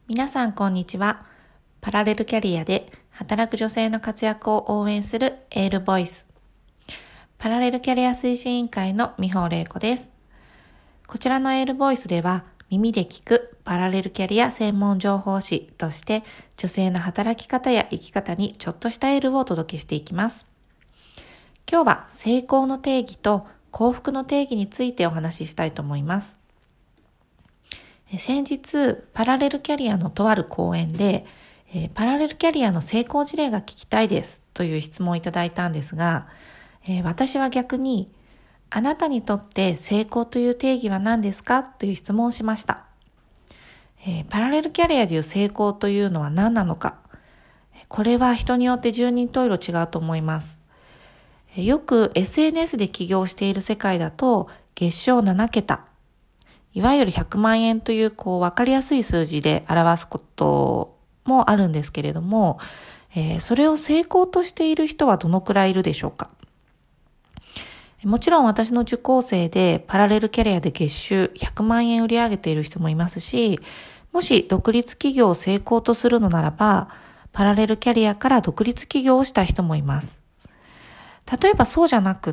皆さんこんにちは。パラレルキャリアで働く女性の活躍を応援するエールボイス。パラレルキャリア推進委員会の美穂玲子です。こちらのエールボイスでは耳で聞くパラレルキャリア専門情報誌として女性の働き方や生き方にちょっとしたエールをお届けしていきます。今日は成功の定義と幸福の定義についてお話ししたいと思います。先日、パラレルキャリアのとある講演で、パラレルキャリアの成功事例が聞きたいですという質問をいただいたんですが、私は逆に、あなたにとって成功という定義は何ですかという質問をしました。パラレルキャリアでいう成功というのは何なのか、これは人によって十人十色違うと思います。よく SNS で起業している世界だと、月賞7桁、いわゆる100万円という分かりやすい数字で表すこともあるんですけれども、それを成功としている人はどのくらいいるでしょうか。もちろん私の受講生でパラレルキャリアで月収100万円売り上げている人もいますし、もし独立企業を成功とするのならば、パラレルキャリアから独立企業をした人もいます。例えばそうじゃなくって、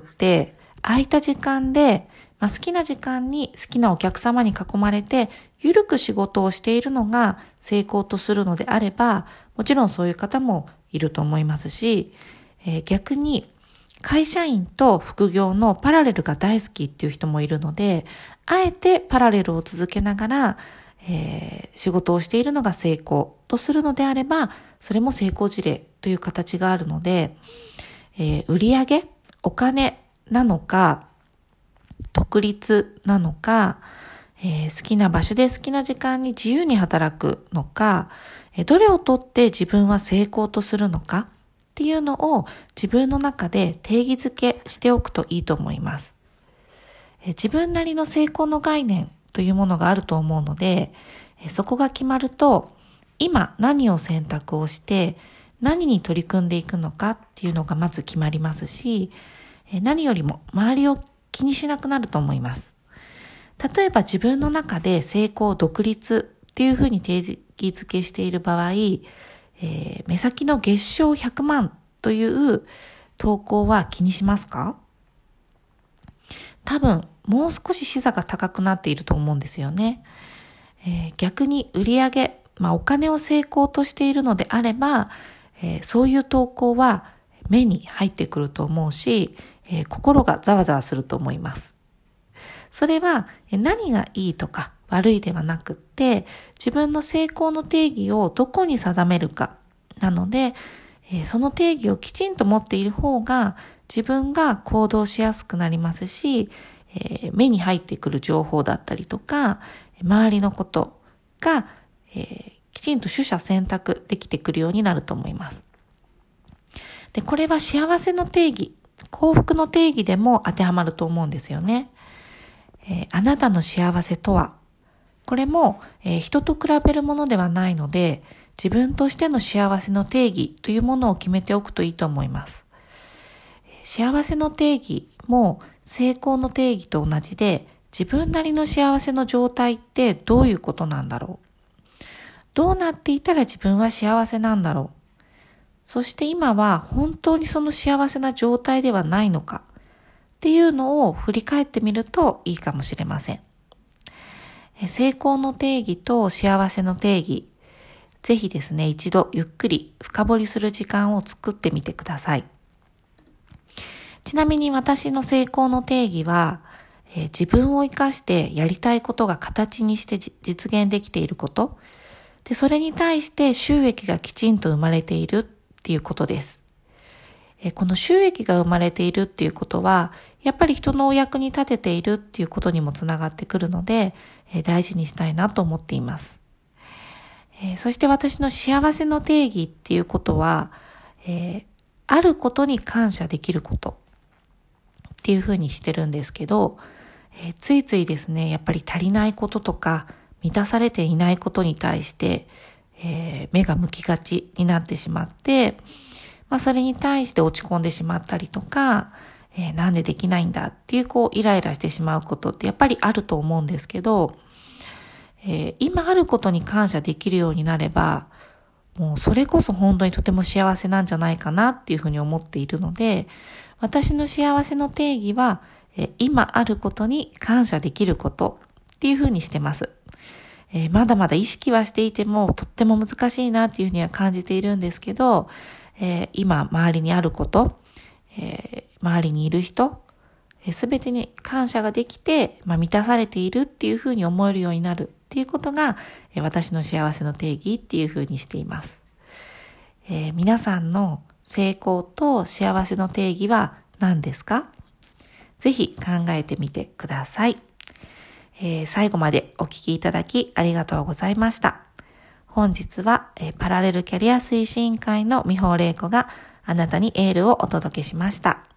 空いた時間で好きな時間に好きなお客様に囲まれてゆるく仕事をしているのが成功とするのであれば、もちろんそういう方もいると思いますし、逆に会社員と副業のパラレルが大好きっていう人もいるので、あえてパラレルを続けながら、仕事をしているのが成功とするのであれば、それも成功事例という形があるので、売上、お金なのか、独立なのか、好きな場所で好きな時間に自由に働くのか、どれをとって自分は成功とするのかっていうのを自分の中で定義づけしておくといいと思います。自分なりの成功の概念というものがあると思うので、そこが決まると、今何を選択をして何に取り組んでいくのかっていうのがまず決まりますし、何よりも周りを気にしなくなると思います。例えば自分の中で成功、独立っていうふうに定義づけしている場合、目先の月賞100万という投稿は気にしますか？多分もう少し視座が高くなっていると思うんですよね。逆に売上、お金を成功としているのであれば、そういう投稿は目に入ってくると思うし、心がざわざわすると思います。それは何がいいとか悪いではなくって、自分の成功の定義をどこに定めるかなので、その定義をきちんと持っている方が自分が行動しやすくなりますし、目に入ってくる情報だったりとか、周りのことが、きちんと取捨選択できてくるようになると思います。で、これは幸せの定義、幸福の定義でも当てはまると思うんですよね。あなたの幸せとは、これも、人と比べるものではないので、自分としての幸せの定義というものを決めておくといいと思います。幸せの定義も成功の定義と同じで、自分なりの幸せの状態ってどういうことなんだろう。どうなっていたら自分は幸せなんだろう。そして今は本当にその幸せな状態ではないのかっていうのを振り返ってみるといいかもしれません。成功の定義と幸せの定義、ぜひですね、一度ゆっくり深掘りする時間を作ってみてください。ちなみに私の成功の定義は、自分を生かしてやりたいことが形にして実現できていること、で、それに対して収益がきちんと生まれているっていうことです。この収益が生まれているっていうことは、やっぱり人のお役に立てているっていうことにもつながってくるので、大事にしたいなと思っています。そして私の幸せの定義っていうことは、あることに感謝できることっていうふうにしてるんですけど、ついついですね、やっぱり足りないこととか、満たされていないことに対して、目が向きがちになってしまって、それに対して落ち込んでしまったりとか、なんでできないんだっていうイライラしてしまうことってやっぱりあると思うんですけど、 今あることに感謝できるようになれば、もうそれこそ本当にとても幸せなんじゃないかなっていうふうに思っているので、私の幸せの定義は、今あることに感謝できることっていうふうにしてます。まだまだ意識はしていてもとっても難しいなっていうふうには感じているんですけど、今周りにあること、周りにいる人、すべてに感謝ができて、満たされているっていうふうに思えるようになるっていうことが、私の幸せの定義っていうふうにしています。皆さんの成功と幸せの定義は何ですか？ぜひ考えてみてください。最後までお聞きいただきありがとうございました。本日は、パラレルキャリア推進会の美穂玲子があなたにエールをお届けしました。